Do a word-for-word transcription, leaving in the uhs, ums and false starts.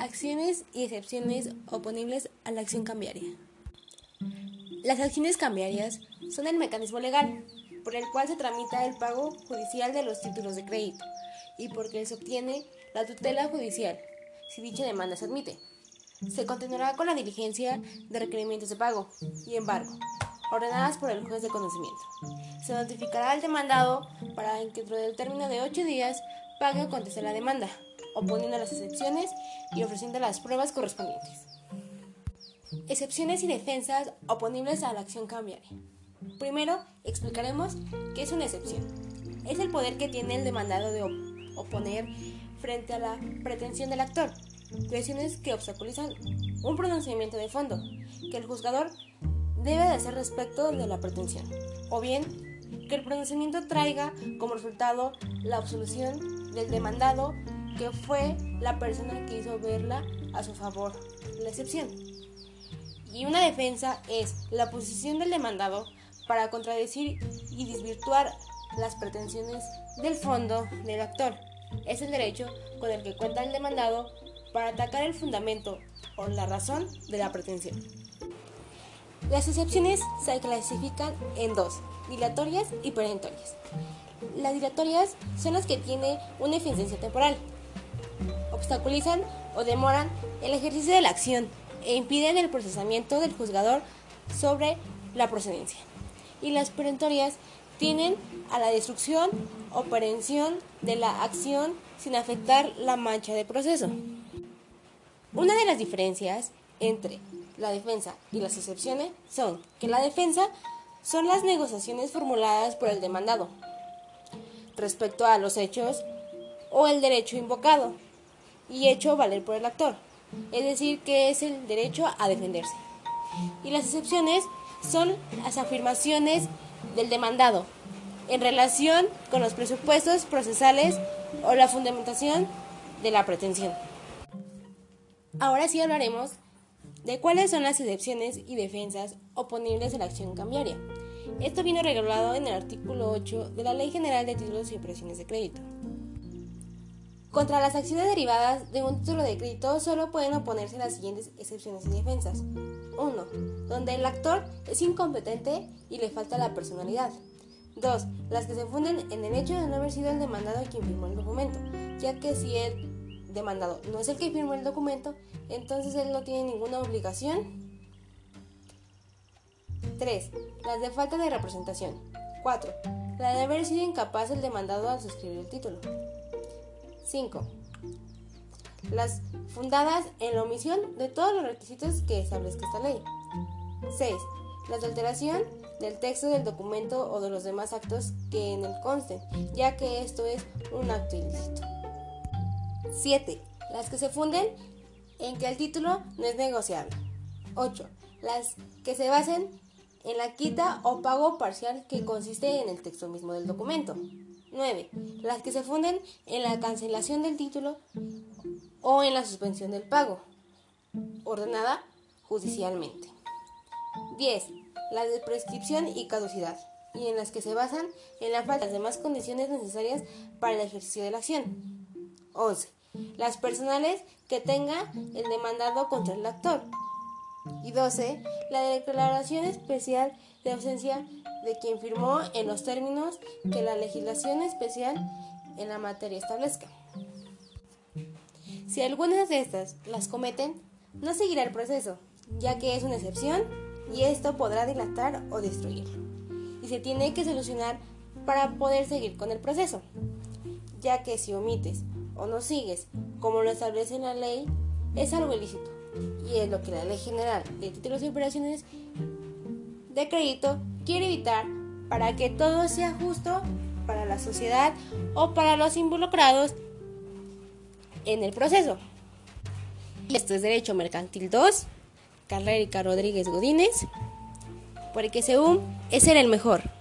Acciones y excepciones oponibles a la acción cambiaria. Las acciones cambiarias son el mecanismo legal por el cual se tramita el pago judicial de los títulos de crédito y por el que se obtiene la tutela judicial, si dicha demanda se admite. Se continuará con la diligencia de requerimientos de pago y embargo, ordenadas por el juez de conocimiento. Se notificará al demandado para que dentro del término de ocho días pague o conteste la demanda, oponiendo las excepciones y ofreciendo las pruebas correspondientes. Excepciones y defensas oponibles a la acción cambiaria. Primero, explicaremos qué es una excepción. Es el poder que tiene el demandado de op- oponer frente a la pretensión del actor, cuestiones que obstaculizan un pronunciamiento de fondo que el juzgador debe de hacer respecto de la pretensión, o bien que el pronunciamiento traiga como resultado la absolución del demandado, que fue la persona que hizo verla a su favor, la excepción. Y una defensa es la posición del demandado para contradecir y desvirtuar las pretensiones del fondo del actor. Es el derecho con el que cuenta el demandado para atacar el fundamento o la razón de la pretensión. Las excepciones se clasifican en dos, dilatorias y perentorias. Las dilatorias son las que tienen una eficiencia temporal, obstaculizan o demoran el ejercicio de la acción e impiden el procesamiento del juzgador sobre la procedencia. Y las perentorias tienen a la destrucción o perención de la acción sin afectar la mancha de proceso. Una de las diferencias entre la defensa y las excepciones son que la defensa son las negociaciones formuladas por el demandado respecto a los hechos o el derecho invocado y hecho valer por el actor, es decir, que es el derecho a defenderse. Y las excepciones son las afirmaciones del demandado en relación con los presupuestos procesales o la fundamentación de la pretensión. Ahora sí hablaremos de cuáles son las excepciones y defensas oponibles a la acción cambiaria. Esto viene regulado en el artículo ocho de la Ley General de Títulos y Operaciones de Crédito. Contra las acciones derivadas de un título de crédito solo pueden oponerse las siguientes excepciones y defensas. uno. Donde el actor es incompetente y le falta la personalidad. dos. Las que se funden en el hecho de no haber sido el demandado quien firmó el documento, ya que si el demandado no es el que firmó el documento, entonces él no tiene ninguna obligación. tres. Las de falta de representación. cuatro. La de haber sido incapaz el demandado al suscribir el título. cinco. Las fundadas en la omisión de todos los requisitos que establezca esta ley. seis. Las de alteración del texto del documento o de los demás actos que en él consten, ya que esto es un acto ilícito. siete. Las que se funden en que el título no es negociable. ocho. Las que se basen en la quita o pago parcial que consiste en el texto mismo del documento. nueve. Las que se funden en la cancelación del título o en la suspensión del pago, ordenada judicialmente. diez. Las de prescripción y caducidad, y en las que se basan en la falta de las demás condiciones necesarias para el ejercicio de la acción. once. Las personales que tenga el demandado contra el actor. Y doce. La declaración especial de ausencia de quien firmó en los términos que la legislación especial en la materia establezca. Si algunas de estas las cometen, no seguirá el proceso, ya que es una excepción y esto podrá dilatar o destruirlo. Y se tiene que solucionar para poder seguir con el proceso, ya que si omites o no sigues como lo establece en la ley, es algo ilícito. Y es lo que la Ley General de Títulos y Operaciones de Crédito quiere evitar para que todo sea justo para la sociedad o para los involucrados en el proceso. Esto es Derecho Mercantil dos, Carla Erika Rodríguez Godínez, porque según es ser el mejor.